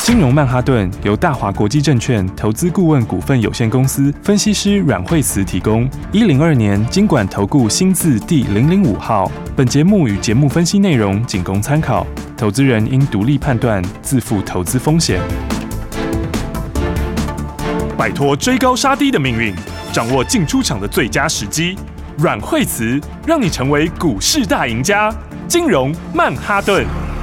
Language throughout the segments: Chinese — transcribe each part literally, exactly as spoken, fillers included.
金融曼哈顿由大华国际证券投资顾问股份有限公司分析师阮惠慈提供。一零二年金管投顾新字第零零五号。本节目与节目分析内容仅供参考，投资人应独立判断，自负投资风险。摆脱追高杀低的命运，掌握进出场的最佳时机。阮惠慈让你成为股市大赢家。金融曼哈顿。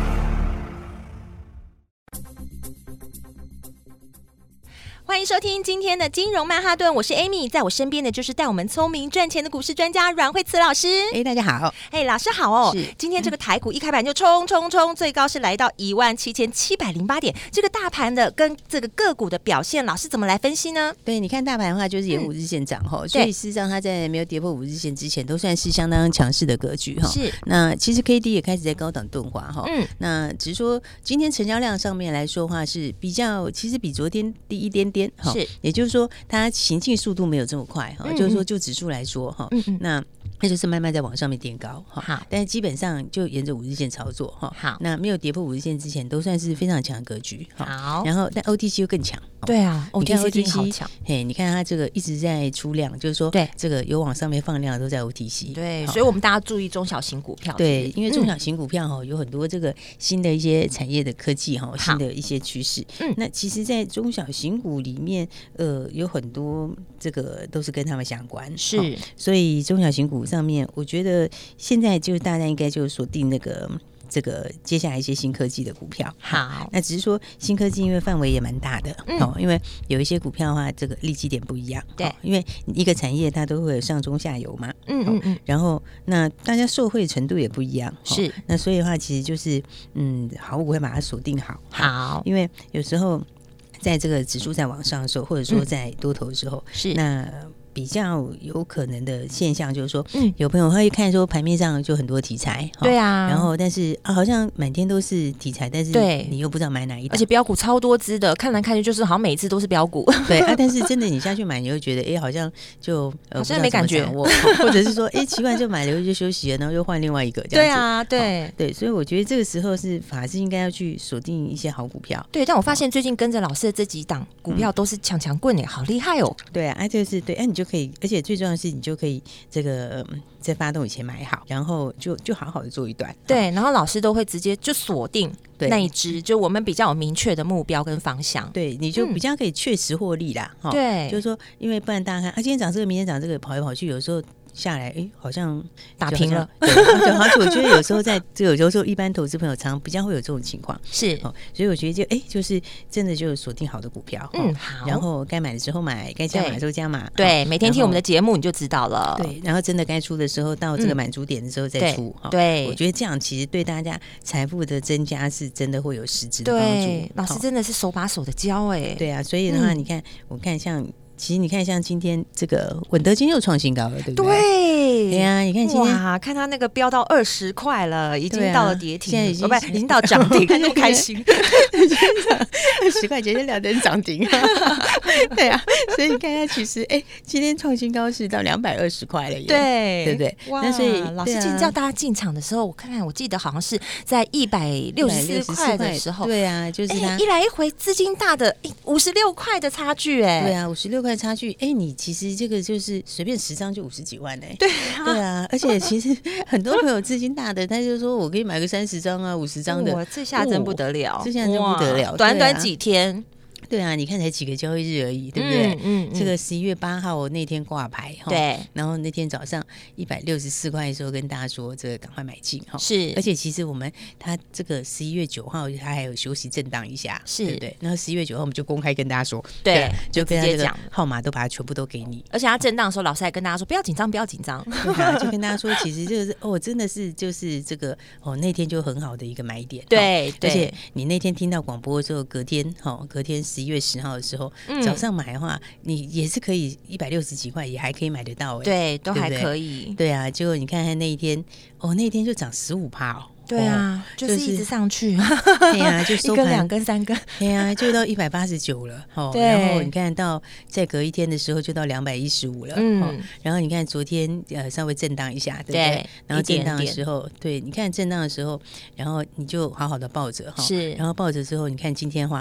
欢迎收听今天的金融曼哈顿，我是 Amy， 在我身边的就是带我们聪明赚钱的股市专家阮惠慈老师。 哎，大家好。 哎，老师好哦。今天这个台股一开盘就冲冲冲，最高是来到一万七千七百零八点。这个大盘的跟这个个股的表现，老师怎么来分析呢？ 对，你看大盘的话，就是沿五日线涨哈、嗯，所以事实上它在没有跌破五日线之前，都算是相当强势的格局哈。 是。 那其实 K D 也开始在高档钝化哈。 嗯。 那只是说今天成交量上面来说的话，是比较其实比昨天低一点点哈。 是。 也就是说，它行进速度没有这么快哈、嗯，就是说就指数来说哈、嗯，那那就是慢慢在往上面垫高哈。 好， 但是基本上就沿着五日线操作哈。 好， 那没有跌破五日线之前，都算是非常强的格局。 好， 然后但 O T C 又更强。 对啊， 你看 O T C 好强。 嘿，你看它这个一直在出量，就是说， 对这个有往上面放量的都在 O T C。 对，所以我们大家注意中小型股票。 对，因为中小型股票哈、嗯、有很多这个新的一些产业的科技哈，新的一些趋势。嗯，那其实，在中小型股里面，呃，有很多这个都是跟他们相关。 是， 所以中小型股上面，我觉得现在就是大家应该就锁定那个。这个接下来一些新科技的股票， 好， 那只是说新科技因为范围也蛮大的，嗯、哦，因为有一些股票的话，这个利基点不一样， 对、 哦，因为一个产业它都会有上中下游嘛， 嗯嗯嗯、哦， 然后那大家受惠程度也不一样， 是， 哦、那所以的话，其实就是嗯，好，我会把它锁定好， 好， 因为有时候在这个指数在往上的时候，或者说在多头的时候， 嗯、是那。比较有可能的现象就是说，嗯，有朋友会看说盘面上就很多题材， 对啊， 然后但是啊，好像满天都是题材，但是你又不知道买哪一档， 而且标股超多只的，看来看去就是好像每一次都是标股， 对啊，但是真的你下去买，你会觉得哎、欸，好像就、呃、 好像没感觉， 或者是说哎、欸，奇怪就买了就休息了，然后又换另外一个这样子， 对啊，对、 哦、对，所以我觉得这个时候是法师应该要去锁定一些好股票， 对，但我发现最近跟着老师的这几档股票都是强强棍哎，好厉害哦， 对啊，就是对，哎、啊，你就可以，而且最重要的是你就可以这个、嗯、在发动以前买好，然后就就好好的做一段， 对，然后老师都会直接就锁定那一支，就我们比较有明确的目标跟方向， 对，你就比较可以确实获利啦， 嗯、对， 就是说，因为不然大家看，啊，今天涨这个，明天涨这个，跑来跑去，有时候。下来，哎，好像打平了。 对，而且我觉得有时候在，就有时候一般投资朋友常比较会有这种情况， 是、 哦，所以我觉得就哎，就是真的就锁定好的股票， 嗯，好， 然后该买的时候买，该加码的时候加码， 对，哦、每天听我们的节目你就知道了， 对，然后真的该出的时候，到这个满足点的时候再出， 嗯、对， 哦、我觉得这样其实对大家财富的增加是真的会有实质的帮助。 对，老师真的是手把手的教哎、欸， 对啊，所以的话，嗯、你看，我看像。其实你看，像今天这个稳德金又创新高了，对不对？ 对， 对呀、啊，你看今天哇，看它那个飙到二十块了，已经到了跌停， 现在已经、 哦、已经到涨停，那么开心， 二十块钱就两等涨停，对啊，所以你看它其实，哎、欸，今天创新高是到两百二十块了耶， 对， 对不对？ 哇， 那所以老师叫大家进场的时候，我看看，我记得好像是在一百六十四块的时候， 对啊，就是它、 欸、一来一回资金大的五十六块的差距、欸，哎， 对啊，五十六块差距，哎、欸，你其实这个就是随便十张就五十几万哎、欸， 对啊， 对啊，而且其实很多朋友资金大的，他就说我可以买个三十张啊，五十张的， 哇，这下真不得了， 这下真不得了， 短短几天。 对啊，你看才几个交易日而已，对不对？嗯，嗯这个十一月八号那天挂牌， 对， 然后那天早上一百六十四块的时候跟大家说，这个赶快买进哈。 是， 而且其实我们它这个十一月九号它还有休息震荡一下， 是， 对不对？然后十一月九号我们就公开跟大家说， 对， 对就跟他这个讲号码都把它全部都给你。 而且它震荡的时候，老师还跟大家说不要紧张，不要紧张， 啊、就跟大家说，其实这个是哦，真的是就是这个哦，那天就很好的一个买点。 对， 而且你那天听到广播之后，隔天哦，隔天十一月十号的时候。嗯、早上买的话，你也是可以一百六十几块，也还可以买得到哎、欸， 对，都还可以。 对, 对啊，结果你看看那一天，哦，那一天就涨十五趴哦。 对啊，哦、就是一直上去， 对啊，就收盘一根两根三根， 对啊，就到一百八十九了，哦， 对， 然后你看到再隔一天的时候就到两百一十五了，嗯、哦，然后你看昨天呃稍微震荡一下，对不对？ 对， 然后震荡的时候，对，你看震荡的时候，然后你就好好的抱着哈， 是， 然后抱着之后，你看今天的话。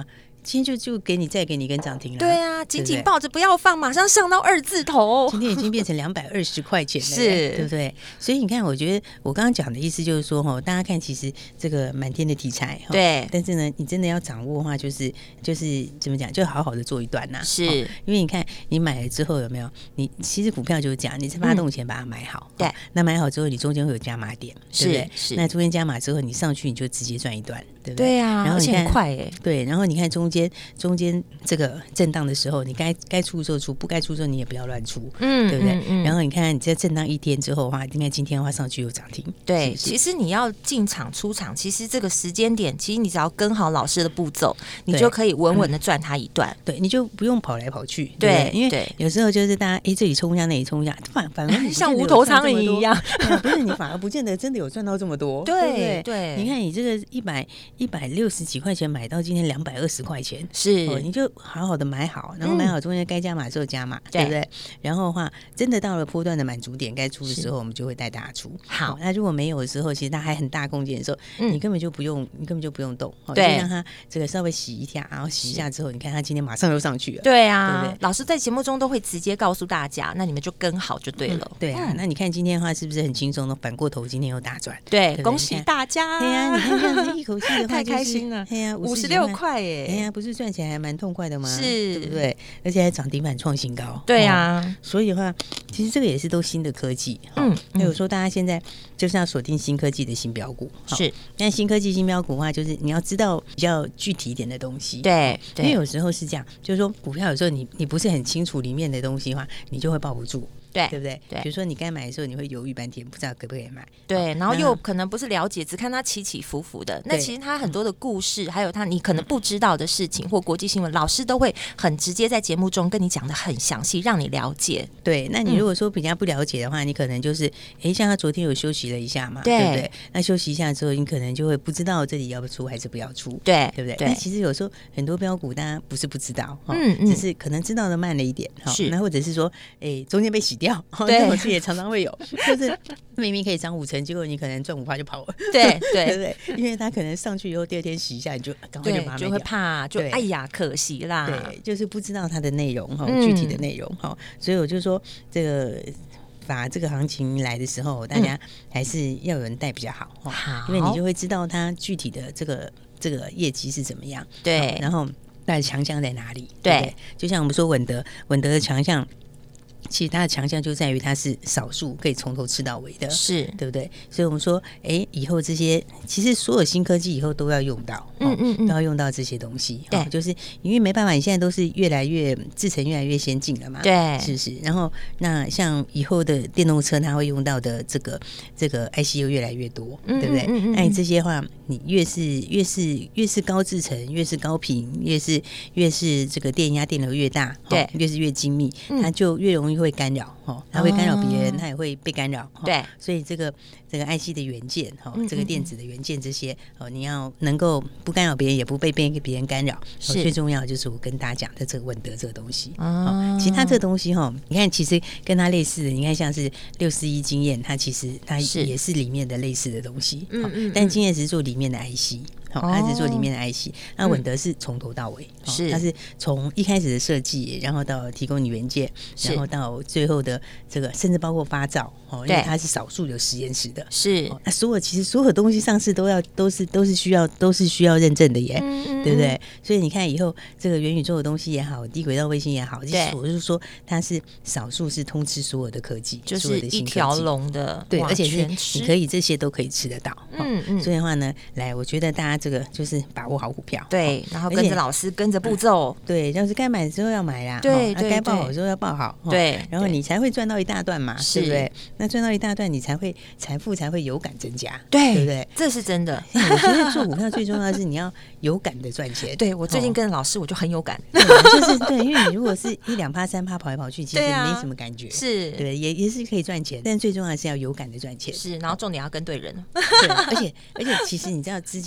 今天就就给你再给你一根涨停了。 对啊，紧紧抱着不要放，马上上到二字头。 今天已经变成两百二十块钱了， 是， 对不对？所以你看，我觉得我刚刚讲的意思就是说，哈，大家看，其实这个满天的题材， 对， 但是呢，你真的要掌握的话，就是就是怎么讲，就好好的做一段呐、啊。 是， 因为你看，你买了之后有没有？你其实股票就是这样，你在发动前把它买好， 对、嗯， 那买好之后，你中间会有加码点，对不对？ 是， 那中间加码之后，你上去你就直接赚一段，对不对？ 对啊， 然后你看， 而且很快哎， 对，然后你看中间中间这个震荡的时候，你该该出的时候出，不该出的时候你也不要乱出，嗯，对不对？嗯嗯、然后你看你在震荡一天之后的话，应该今天的话上去有涨停， 对， 是是其实你要进场出场，其实这个时间点，其实你只要跟好老师的步骤，你就可以稳稳的赚它一段， 对，你就不用跑来跑去， 对， 对，因为有时候就是大家哎这里冲一下那里冲一下，反反而像无头苍蝇一样， 不是你反而不见得真的有赚到这么多， 对对对， 你看你这个一百一百六十几块钱买到今天两百二十块钱， 是、 哦，你就好好的买好，然后买好中间该加码的时候加码，嗯、对不对？然后的话，真的到了波段的满足点该出的时候，我们就会带大家出。 好， 那如果没有的时候，其实它还很大空间的时候，嗯、你根本就不用，你根本就不用动， 对， 就让它这个稍微洗一下，然后洗一下之后，你看它今天马上又上去了， 对啊， 对不对？ 老师在节目中都会直接告诉大家，那你们就跟好就对了。 嗯、对啊，嗯、那你看今天的话是不是很轻松的？反过头今天又大赚， 对， 对， 恭喜大家！ 对呀，你看这样子一口气的话， 太开心了， 对呀， 五十六块耶！ 哎呀，不是赚起来还蛮痛快的吗？ 是， 对不对？而且还涨停板创新高， 对啊。 哦、所以的话，其实这个也是都新的科技，嗯，那有时候大家现在就是要锁定新科技的新标股， 是。 但新科技新标股的话，就是你要知道比较具体一点的东西， 对， 因为有时候是这样，就是说股票有时候你你不是很清楚里面的东西的话，你就会抱不住。 对， 对不对？ 对， 比如说你该买的时候，你会犹豫半天，不知道可不可以买。 对，然后又可能不是了解，只看它起起伏伏的。那其实它很多的故事，还有它你可能不知道的事情或国际新闻，老师都会很直接在节目中跟你讲的很详细，让你了解。 对，那你如果说比较不了解的话，嗯、你可能就是，哎，像他昨天有休息了一下嘛， 对, 对不对？那休息一下之后，你可能就会不知道这里要不出还是不要出， 对， 对不对？ 对。 那其实有时候很多标股大家不是不知道， 嗯嗯， 只是可能知道的慢了一点， 是。 那或者是说，哎，中间被洗掉， 对。 也常常会有，就是明明可以涨五成，结果你可能赚五趴就跑了， 对对对不对？因为它可能上去以后，第二天洗一下，你就赶快就把它卖掉， 就会怕，就哎呀，可惜啦。 对，就是不知道它的内容哈，具体的内容哈，所以我就说这个。把这个行情来的时候，大家还是要有人带比较好，嗯、因为你就会知道它具体的这个这个业绩是怎么样， 对， 然后它的强项在哪里， 对， 对, 对，就像我们说稳德，稳德的强项。其实它的强项就在于它是少数可以从头吃到尾的， 是对不对？所以我们说，哎，以后这些其实所有新科技以后都要用到，嗯嗯嗯，都要用到这些东西。 对、 哦，就是因为没办法，你现在都是越来越制程越来越先进了嘛， 对， 是不是？然后那像以后的电动车，它会用到的这个这个 I C 又越来越多，嗯、对不对？嗯嗯嗯，那你这些话，你越是越是越是高制程，越是高频，越是越是这个电压电流越大， 对， 哦、越是越精密，它就越容易会干扰，哦，它会干扰别人，它也会被干扰，哦、 对， 所以这个这个 I C 的元件，哈、哦，这个电子的元件这些，哦，你要能够不干扰别人，也不被别别人干扰， 是、 哦、最重要的就是我跟大家讲的这个稳德这个东西，哦，其他这个东西哈，你看其实跟它类似的，你看像是六四一经验，它其实它也是里面的类似的东西，嗯嗯，但经验只是做里面的 I C。好，它是做里面的 I C， 那稳德是从头到尾， 是、嗯、 它是从一开始的设计，然后到提供你元件，然后到最后的这个，甚至包括发照，哦，因为它是少数有实验室的， 是、 哦、那所有其实所有东西上市都要都是都是需要都是需要认证的耶，嗯嗯嗯，对不对？所以你看以后这个元宇宙的东西也好，低轨道卫星也好，对，我就是说它是少数是通吃所有的科技， 就是一条龙的， 对，而且是你可以这些都可以吃得到，嗯嗯，所以的话呢，来，我觉得大家这个就是把握好股票， 对，然后跟着老师，跟着步骤， 对，要是该买的时候要买啦， 对对， 该报好的时候要报好， 对， 然后你才会赚到一大段嘛，对不对？那赚到一大段，你才会财富才会有感增加， 对， 对不对？ 这是真的。 我觉得做股票最重要的是你要有感的赚钱。 对，我最近跟老师我就很有感， 就是对，因为你如果是一两趴三趴跑来跑去，其实没什么感觉， 是对，也也是可以赚钱，但最重要的是要有感的赚钱， 是，然后重点要跟对人， 对，而且而且其实你知道资金大的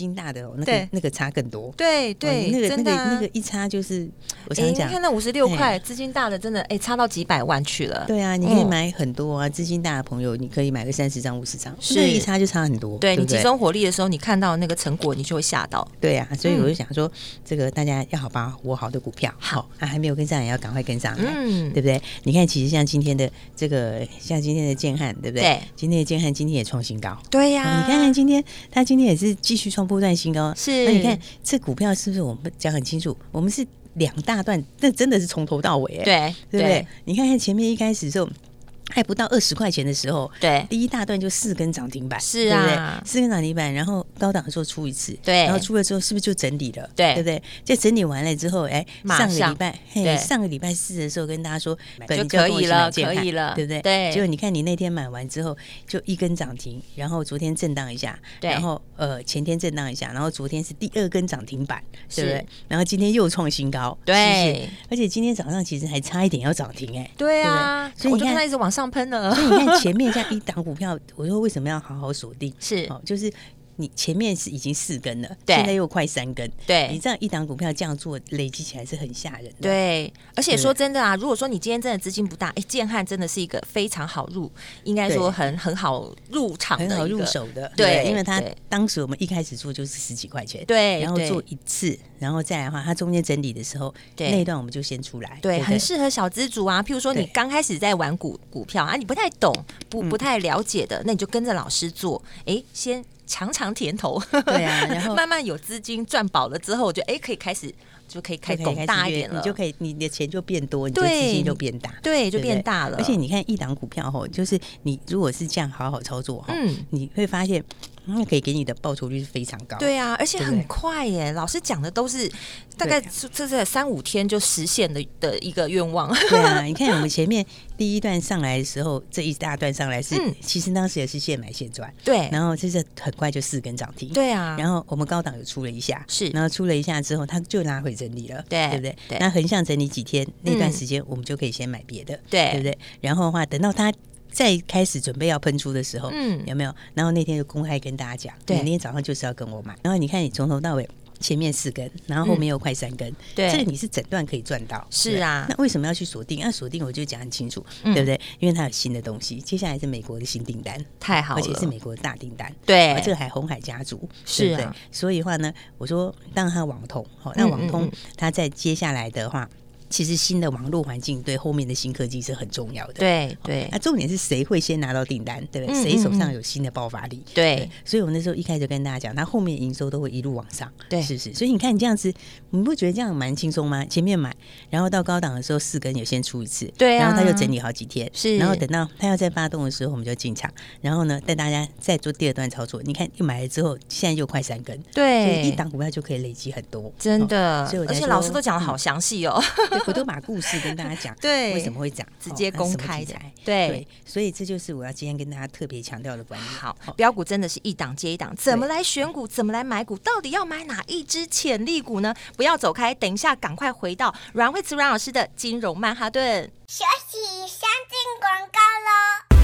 哦，那个那个差更多。 对对， 那个真的、啊、 那个那个一差就是我常讲， 你看那五十六块，资金大的真的哎差到几百万去了。 对啊，你可以买很多啊，资、嗯、金大的朋友，你可以买个三十张、五十张，是那一差就差很多。 对， 对你集中火力的时候，你看到那个成果，你就会吓到。 对啊，所以我就想说，嗯、这个大家要好把握好的股票，好啊，还没有跟上也要赶快跟上来，嗯，对不对？你看，其实像今天的这个，像今天的建汉，对不对？对，今天的建汉今天也创新高。 对呀、啊哦， 你看看今天，它今天也是继续创波段新高。 是， 那你看这股票是不是我们讲很清楚？我们是两大段，那真的是从头到尾，对，对不对？你看看前面一开始的时候。还不到二十块钱的时候， 对， 第一大段就四根涨停板， 是啊， 对不对？四根涨停板，然后高档的时候出一次， 对， 然后出了之后是不是就整理了？ 对， 对不对？就整理完了之后，哎，上个礼拜，嘿，上个礼拜四的时候跟大家说， 就可以了，可以了， 对不对？ 对。 结果你看你那天买完之后，就一根涨停，然后昨天震荡一下，然后呃前天震荡一下，然后昨天是第二根涨停板，对不对？然后今天又创新高， 对， 而且今天早上其实还差一点要涨停，哎， 对啊， 所以我就看它一直往上喷了。 你看前面这样一档股票，我说为什么要好好锁定？ 是哦，就是你前面是已经四根了， 对， 现在又快三根， 对， 你这样一档股票这样做，累积起来是很吓人的。 对，而且说真的啊，如果说你今天真的资金不大，哎，建汉真的是一个非常好入，应该说很很好入场的， 很好入手的， 对， 因为它当时我们一开始做就是十几块钱， 对， 然后做一次，然后再来的话，它中间整理的时候，那一段我们就先出来， 对，很适合小资族啊。譬如说你刚开始在玩股股票啊，你不太懂，不不太了解的，那你就跟着老师做，哎，先尝尝甜头， 对啊，然后慢慢有资金赚饱了之后，我觉得哎可以开始就可以开拱大一点了， 你就可以你的钱就变多，你的资金就变大， 对，就变大了。 而且你看一档股票吼，就是你如果是这样好好操作哈，嗯，你会发现。那可以给你的报酬率是非常高， 对啊，而且很快耶。老师讲的都是大概这这三五天就实现的的一个愿望。 对啊，你看我们前面第一段上来的时候，这一大段上来是，嗯、其实当时也是现买现赚， 对。 然后这是很快就四根涨停， 对啊。 然后我们高档有出了一下， 是， 然后出了一下之后，它就拉回整理了， 对， 对不对？ 对。 那横向整理几天，那段时间我们就可以先买别的， 对， 对不对？然后的话，等到它。再开始准备要喷出的时候，嗯，有没有？然后那天就公开跟大家讲，对，那天早上就是要跟我买。然后你看，你从头到尾前面四根，然后后面又快三根，对、嗯，这个你是整段可以赚到。 是啊， 那为什么要去锁定？那锁定我就讲很清楚，嗯、对不对？因为它有新的东西，接下来是美国的新订单， 太好了， 而且是美国的大订单。 对， 这个还红海家族， 是、啊、 对不对？所以的话呢，我说，当然它网通，好，那网通它在接下来的话。其实新的网络环境对后面的新科技是很重要的， 对对。 那、啊、重点是谁会先拿到订单，对不对？谁、嗯、手上有新的爆发力， 对。 对所以我那时候一开始跟大家讲，它后面营收都会一路往上， 对， 是不是？所以你看你这样子，你不觉得这样蛮轻松吗？前面买，然后到高档的时候四根有先出一次， 对、啊， 然后它就整理好几天， 是。 然后等到它要再发动的时候，我们就进场，然后呢带大家再做第二段操作。你看又买了之后，现在又快三根， 对， 所以一档股票就可以累积很多， 真的。 哦、所以而且老师都讲得好详细哦， 嗯、我都把故事。跟大家讲， 对， 为什么会涨， 直接公开的， 对， 对， 所以这就是我要今天跟大家特别强调的观念。 好，标股真的是一档接一档，怎么来选股，怎么来买股，到底要买哪一支潜力股呢？不要走开，等一下赶快回到阮慧慈阮老师的金融曼哈顿。 休息，先进广告喽。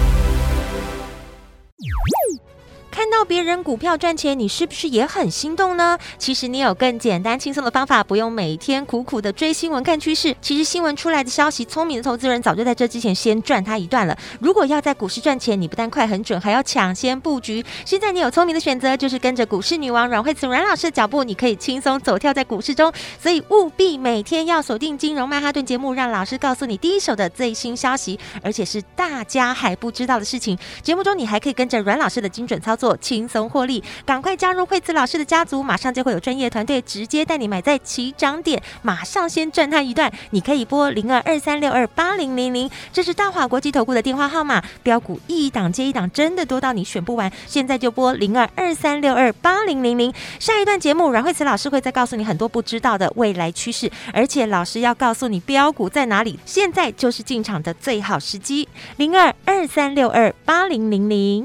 看到别人股票赚钱，你是不是也很心动呢？其实你有更简单轻松的方法，不用每天苦苦的追新闻看趋势。其实新闻出来的消息，聪明的投资人早就在这之前先赚它一段了。如果要在股市赚钱，你不但快很准，还要抢先布局。现在你有聪明的选择，就是跟着股市女王阮慧慈阮老师的脚步，你可以轻松走跳在股市中。所以务必每天要锁定金融曼哈顿节目，让老师告诉你第一手的最新消息，而且是大家还不知道的事情。节目中你还可以跟着阮老师的精准操作，轻松获利。赶快加入慧慈老师的家族，马上就会有专业团队直接带你买在起涨点，马上先赚它一段。你可以拨零二二三六二八零零零，这是大华国际投顾的电话号码。标股一档接一档，真的多到你选不完。现在就拨零二二三六二八零零零。下一段节目，阮慧慈老师会再告诉你很多不知道的未来趋势，而且老师要告诉你标股在哪里，现在就是进场的最好时机。零二二三六二八零零零。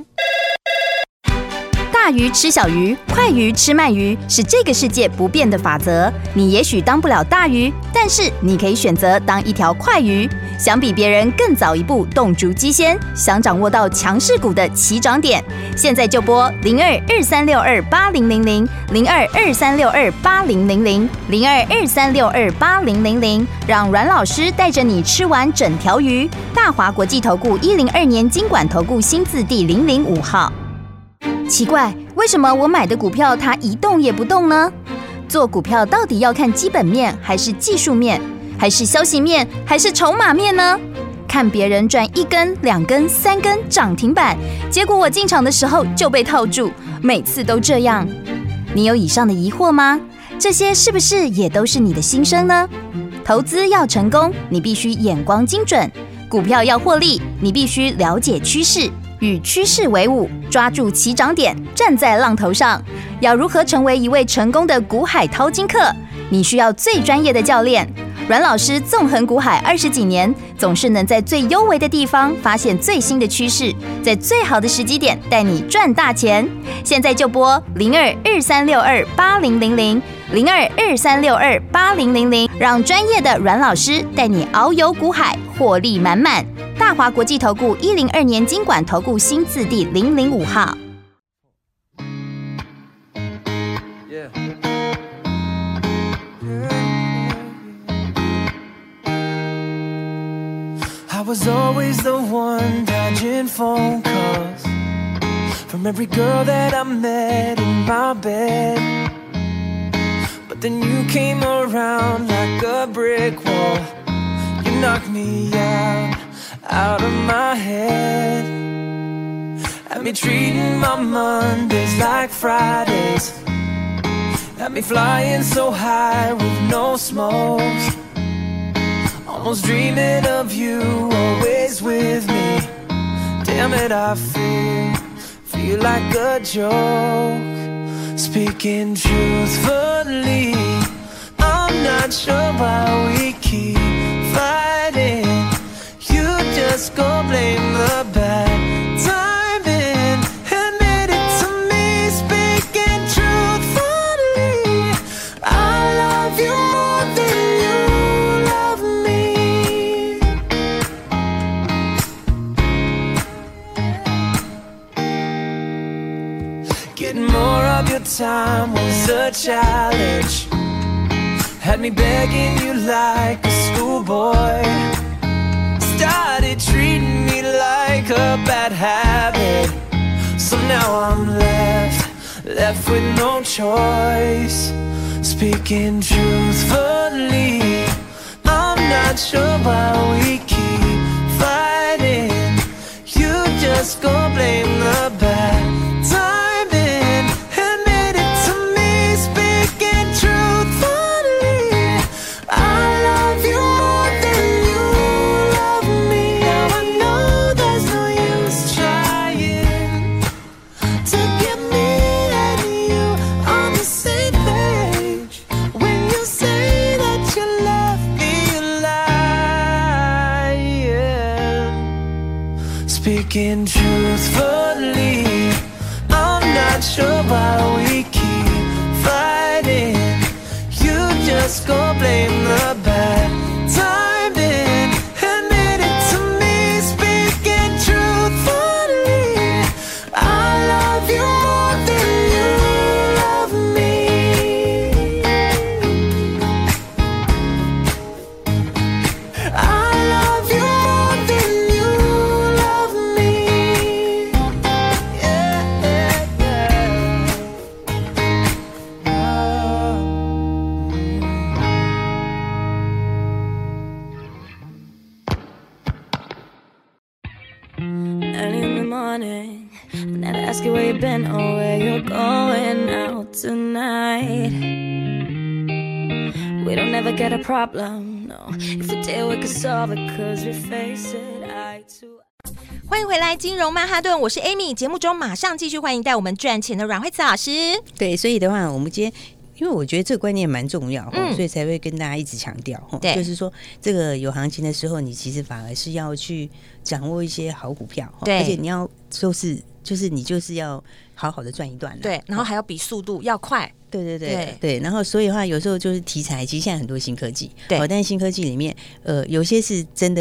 大鱼吃小鱼，快鱼吃慢鱼，是这个世界不变的法则。你也许当不了大鱼，但是你可以选择当一条快鱼。 想比别人更早一步动足机先，想掌握到强势股的起涨点，现在就拨零二二三六二八零零零零二二三六二八零零零零二二三六二八零零零，让阮老师带着你吃完整条鱼。大华国际投顾一零二年金管投顾新字第零零五号。奇怪，为什么我买的股票它一动也不动呢？做股票到底要看基本面，还是技术面，还是消息面，还是筹码面呢？看别人赚一根、两根、三根涨停板，结果我进场的时候就被套住，每次都这样。你有以上的疑惑吗？这些是不是也都是你的心声呢？投资要成功，你必须眼光精准；股票要获利，你必须了解趋势，与趋势为伍，抓住起涨点，站在浪头上。要如何成为一位成功的股海淘金客？你需要最专业的教练。阮老师纵横股海二十几年，总是能在最优微的地方发现最新的趋势，在最好的时机点带你赚大钱。现在就拨零二二三六二八零零零零二二三六二八零零零，让专业的阮老师带你遨游股海，获利满满。大华国际投顾一零二年金管投顾新字第零零五号。 I was always the one dodging phone calls from every girl that I met in my bed. But then you came around like a brick wall. You knocked me out, out of my head. Had me treating my Mondays like Fridays. Had me flying so high with no smoke. Almost dreaming of you, always with me. Damn it, I feel, feel like a joke. Speaking truthfully, I'm not sure why we keep fighting. You just go blame the bad timing. Admit it to me, speaking truthfully, I love you more than you love me. Getting more of your time was a challenge. Had me begging you like a schoolboy. Started treating me like a bad habit. So now I'm left, left with no choice. Speaking truthfully, I'm not sure why we keep fighting. You just go blame the bad timing. Admit it to me, speaking truthfully, I love you more than you love me. Now I know there's no use trying to get me and you on the same page. When you say that you love me, lying. Speaking truthfully, I'm not sure why we keep fighting. You just go blame the bad timing. Admit it to me, speaking truthfully, I love you more than you love me. I love you more than you love me. Yeah, yeah, yeah. Early in the morning, and I'd ask you where you've been or where you're going out tonight. We don't ever get a problem, no. If we did, we could solve it, cause we face it eye to eye. 欢迎回来，金融曼哈顿，我是 Amy。节目中马上继续欢迎带我们赚钱的阮慧慈老师。 对，所以的话，我们今天因为我觉得这个观念蛮重要， 嗯所以才会跟大家一直强调， 对就是说这个有行情的时候，你其实反而是要去掌握一些好股票， 对而且你要就是就是你就是要好好的赚一段啦， 对，然后还要比速度要快， 对对对对对，然后所以的话，有时候就是题材，其实现在很多新科技， 对哦，但是新科技里面，呃，有些是真的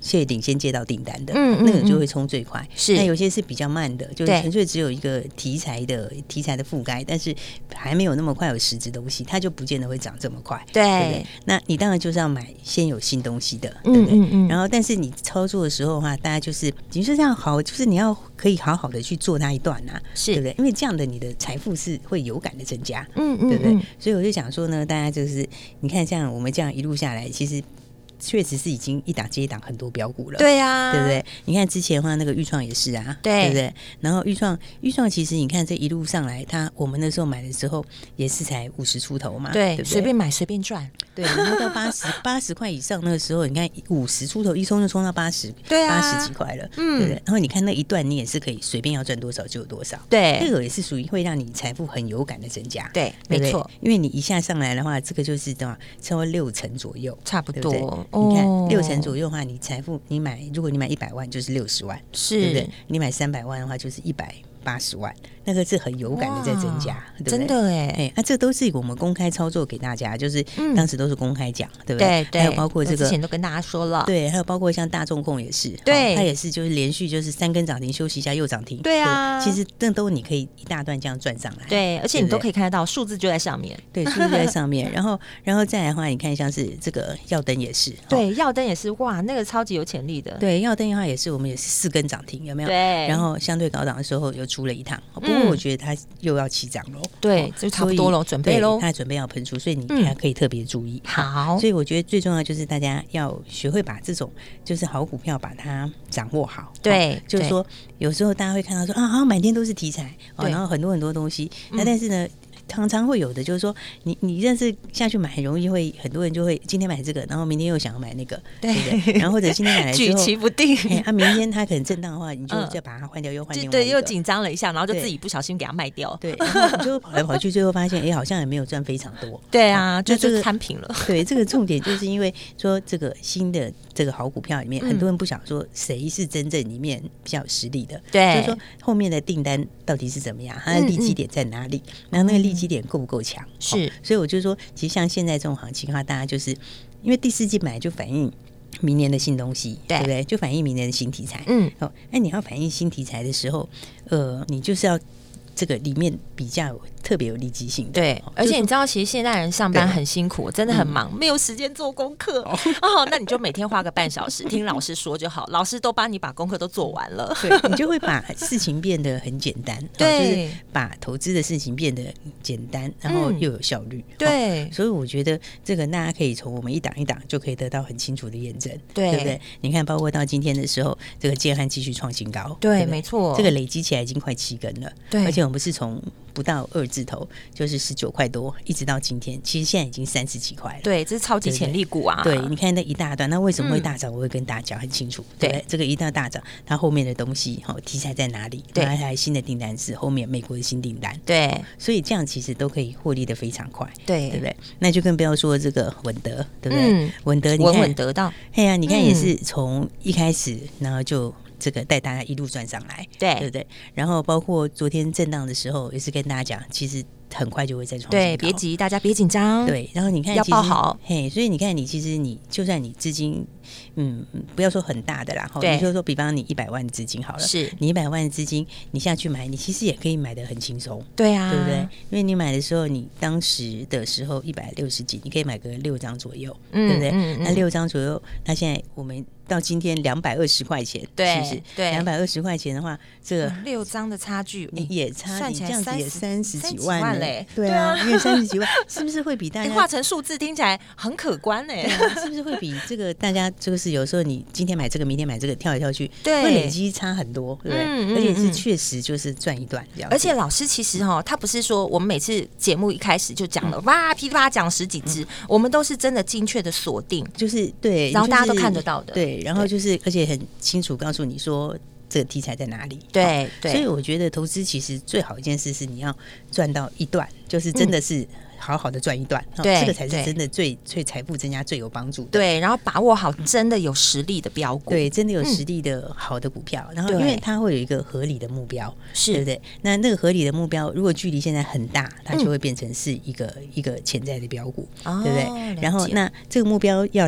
确领先接到订单的， 嗯嗯那个就会冲最快。 是， 那有些是比较慢的，就是纯粹只有一个题材的题材的覆盖，但是还没有那么快有实质东西，它就不见得会涨这么快。 对， 对不对？那你当然就是要买先有新东西的， 嗯对不对？ 嗯嗯然后，但是你操作的时候的话，大家就是你就是这样好，就是你要可以好好的去做那一段啊， 是对不对？因为这样的你的财富是会有感的增加， 嗯嗯， 对不对？ 嗯所以我就想说呢，大家就是你看，像我们这样一路下来，其实确实是已经一档接一档很多标股了， 对呀、啊， 对不对？你看之前的话，那个豫创也是啊， 对对不对？然后豫创豫创其实你看这一路上来，它我们那时候买的时候也是才五十出头嘛， 对， 对不对？ 随便买随便赚， 对，然后到八十八十块以上那个时候，你看五十出头一冲就冲到八十， 对啊， 八十几块了， 嗯， 对不对？然后你看那一段，你也是可以随便要赚多少就有多少， 对， 这个也是属于会让你财富很有感的增加， 对， 对没错， 因为你一下上来的话，这个就是多少，超过六成左右， 差不多。 对不对？你看六成左右的话，你财富你买，如果你买一百万就是六十万， 是， 对不对？你买三百万的话就是一百八十万，那个是很有感的在增加，对不对？ 真的哎， 哎，那、啊、这都是我们公开操作给大家，就是当时都是公开讲，嗯、对不对？ 对，还有包括这个之前都跟大家说了， 对，还有包括像大众控也是， 对， 它也是就是连续就是三根涨停休息一下又涨停， 对啊， 对其实这都你可以一大段这样赚上来， 对，而且你都可以看得到数字就在上面， 对，数字就在上面，然后然后再来的话，你看像是这个耀登也是， 对，耀登也是哇，那个超级有潜力的， 对，耀登的话也是我们也是四根涨停，有没有？ 对， 然后相对高档的时候又出了一趟，不过我觉得它又要起涨喽， 对，就差不多喽，准备喽， 它准备要喷出，所以你还可以特别注意。 好， 所以我觉得最重要就是大家要学会把这种就是好股票把它掌握好， 对， 就是说有时候大家会看到说啊，好像满天都是题材，然后很多很多东西，那但是呢。常常会有的，就是说你你认识下去买，很容易会很多人就会今天买这个，然后明天又想要买那个，对不对？然后或者今天买来之后举棋不定， 啊，明天它可能震荡的话，你就再把它换掉，又换另外一个， 对，又紧张了一下，然后就自己不小心给它卖掉， 对，然后你就跑来跑去，最后发现哎，好像也没有赚非常多， 对啊，就这个摊平了。 对，这个重点就是因为说这个新的这个好股票里面，很多人不想说谁是真正里面比较有实力的， 对， 就是说后面的订单到底是怎么样，它的利基点在哪里，然后那个利基点够不够强？ 是， 哦，所以我就说，其实像现在这种行情的话，大家就是因为第四季本来就反映明年的新东西， 对，对不对？就反映明年的新题材。嗯，哦，那你要反映新题材的时候，呃，你就是要这个里面比较有特别有利基性的， 对， 哦， 而且你知道，其实现代人上班很辛苦，真的很忙，嗯，没有时间做功课哦。那你就每天花个半小时听老师说就好，老师都帮你把功课都做完了， 对，你就会把事情变得很简单， 对， 哦，就是把投资的事情变得简单，然后又有效率，嗯， 对， 哦，所以我觉得这个大家可以从我们一档一档就可以得到很清楚的验证， 对， 对不对？你看，包括到今天的时候，这个建汉继续创新高， 对， 对对没错， 这个累积起来已经快七根了， 对， 而且我们是从不到二字头，就是十九块多，一直到今天，其实现在已经三十几块了。 对，这是超级潜力股啊！ 对，对，你看那一大段，那为什么会大涨？嗯，我会跟大家讲很清楚。对，对，这个一到大涨，它后面的东西哈，题材在哪里？对，还有新的订单是后面美国的新订单。 对， 哦，所以这样其实都可以获利的非常快。 对， 对不对？那就更不要说这个稳德，对不对？嗯，稳德，你看稳稳得到。 嘿呀，啊，你看也是从一开始，然后就。这个带大家一路赚上来， 对对不对？然后包括昨天震荡的时候，也是跟大家讲，其实很快就会再创新高， 对，别急，大家别紧张。 对，然后你看要抱好， 嘿，所以你看你其实你就算你资金，嗯，不要说很大的啦，你就说比方你一百万资金好了， 是你一百万资金，你下去买，你其实也可以买得很轻松， 对啊， 对不对？因为你买的时候，你当时的时候一百六十几，你可以买个六张左右，嗯，对不对？嗯嗯，那六张左右，那现在我们。到今天两百二十块钱， 对， 是不是？ 对， 两百二十块钱的话，这个六张的差距， 你也差， 算起来这样子也三十几万嘞， 对啊，因为三十几万，是不是会比大家化成数字听起来很可观嘞？ 是不是会比这个大家这个是有时候你今天买这个，明天买这个，跳来跳去， 对， 会累积差很多，对不对？而且是确实就是赚一段， 而且老师其实哈，他不是说我们每次节目一开始就讲了哇噼里啪啦讲十几支，我们都是真的精确的锁定， 就是对， 然后大家都看得到的， 对，然后就是而且。也很清楚告诉你说这个题材在哪里， 对对， 所以我觉得投资其实最好一件事是你要赚到一段，就是真的是好好的赚一段， 对， 这个才是真的最最财富增加最有帮助的。 对，然后把握好真的有实力的标股， 对，真的有实力的好的股票，然后因为它会有一个合理的目标， 是对不对？那那个合理的目标，如果距离现在很大，它就会变成是一个一个潜在的标股，对不对？然后那这个目标要来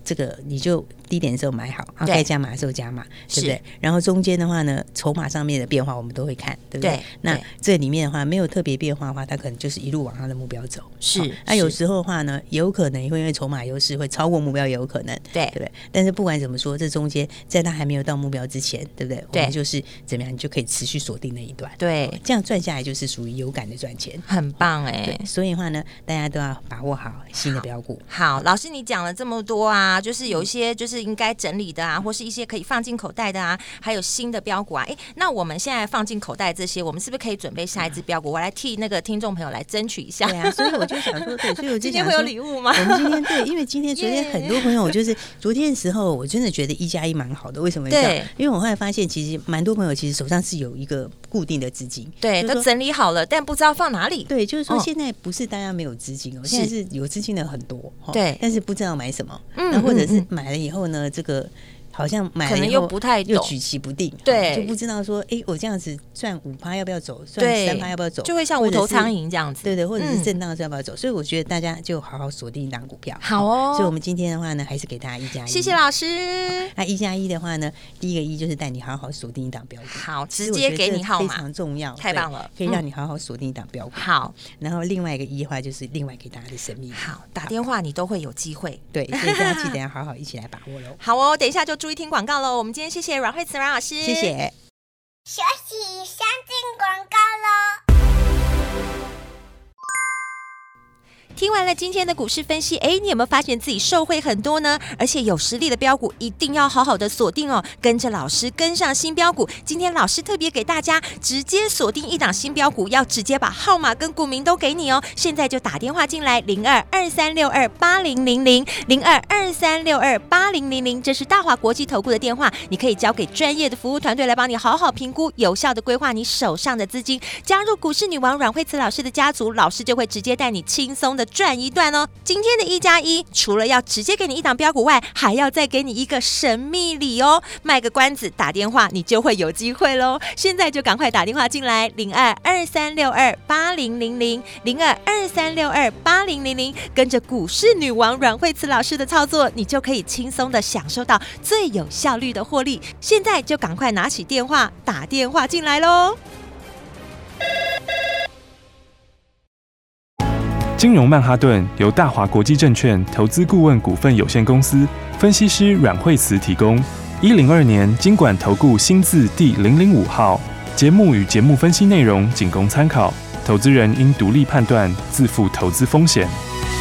这个你就低点的时候买好，然后该加码的时候加码，对不对？然后中间的话呢，筹码上面的变化我们都会看，对不对？对，那这里面的话没有特别变化的话，它可能就是一路往它的目标走。 是， 那有时候的话呢，有可能会因为筹码优势会超过目标，也有可能，对，对不对？但是不管怎么说，这中间在它还没有到目标之前，对不对？对，我们就是怎么样，你就可以持续锁定那一段，对，这样赚下来就是属于有感的赚钱， 很棒哎、欸。 所以的话呢，大家都要把握好新的标股。 好，好老师你讲了这么多啊，就是有一些就是应该整理的啊，或是一些可以放进口袋的啊，还有新的标股啊。哎，那我们现在放进口袋这些，我们是不是可以准备下一支标股？我来替那个听众朋友来争取一下。 对啊，所以我就想说，对，所以我就今天会有礼物吗？ 我们今天对，因为今天昨天很多朋友，就是昨天的时候，我真的觉得一加一蛮好的。为什么？对，因为我后来发现，其实蛮多朋友其实手上是有一个固定的资金， 对，都整理好了，但不知道放哪里。 对，就是说现在不是大家没有资金哦，现在是有资金的很多，对，但是不知道买什么，那或者是买了以后呢，这个。好像买了以后可能又不太懂， 又举棋不定， 对， 就不知道说，哎，我这样子赚五趴要不要走，赚三趴要不要走， 就会像无头苍蝇这样子， 对对，或者是震荡要不要走，所以我觉得大家就好好锁定一档股票， 好哦。 所以我们今天的话呢，还是给大家一加一， 谢谢老师。 那一加一的话呢，第一个一就是带你好好锁定一档标股， 好，直接给你号码， 非常重要， 太棒了， 可以让你好好锁定一档标股。 好， 然后另外一个一的话就是另外给大家的神秘， 好，打电话你都会有机会， 对，所以大家记得要好好一起来把握喽。 好哦，等一下就注意听广告喽。我们今天谢谢阮慧慈阮老师， 谢谢。 休息，先进广告喽。 听完了今天的股市分析，哎，你有没有发现自己受惠很多呢？而且有实力的标股一定要好好的锁定哦，跟着老师跟上新标股。今天老师特别给大家直接锁定一档新标股，要直接把号码跟股民都给你哦。现在就打电话进来零二二三六二八零零零零二二三六二八零零零，这是大华国际投顾的电话，你可以交给专业的服务团队来帮你好好评估，有效的规划你手上的资金。加入股市女王阮慧慈老师的家族，老师就会直接带你轻松的赚一段哦。今天的一加一，除了要直接给你一档标股外，还要再给你一个神秘礼哦。卖个关子，打电话你就会有机会喽。现在就赶快打电话进来，零二二三六二八零零零零二二三六二八零零零，跟着股市女王阮慧慈老师的操作，你就可以轻松的享受到最有效率的获利。现在就赶快拿起电话打电话进来喽。 金融曼哈顿由大华国际证券投资顾问股份有限公司分析师阮慧慈提供。一零二年金管投顾新字第零零五号。节目与节目分析内容仅供参考，投资人应独立判断，自负投资风险。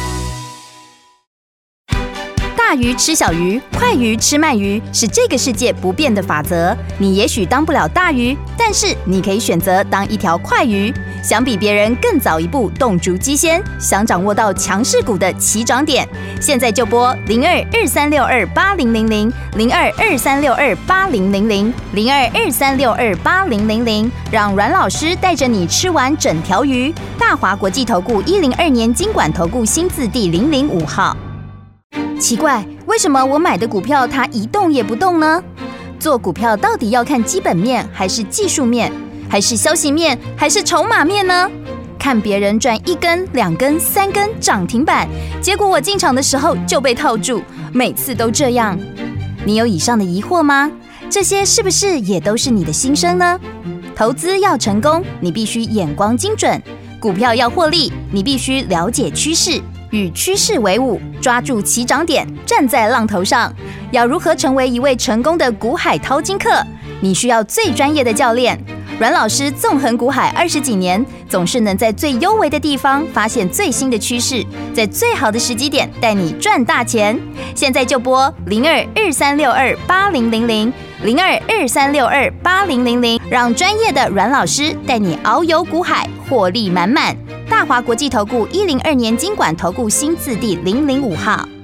大鱼吃小鱼，快鱼吃慢鱼，是这个世界不变的法则。你也许当不了大鱼，但是你可以选择当一条快鱼。想比别人更早一步动足机先，想掌握到强势股的起涨点，现在就拨零二二三六二八零零零零二二三六二八零零零零二二三六二八零零零，让阮老师带着你吃完整条鱼。大华国际投顾一零二年金管投顾新字第零零五号。奇怪，为什么我买的股票它一动也不动呢？做股票到底要看基本面，还是技术面，还是消息面，还是筹码面呢？看别人赚一根、两根、三根涨停板，结果我进场的时候就被套住，每次都这样。你有以上的疑惑吗？这些是不是也都是你的心声呢？投资要成功，你必须眼光精准；股票要获利，你必须了解趋势。与趋势为伍，抓住起涨点，站在浪头上。要如何成为一位成功的股海淘金客？你需要最专业的教练。阮老师纵横股海二十几年，总是能在最优微的地方发现最新的趋势，在最好的时机点带你赚大钱。现在就拨零二二三六二八零零零零二二三六二八零零零，让专业的阮老师带你遨游股海，获利满满。大华国际投顾一零二年金管投顾新字第零零五号。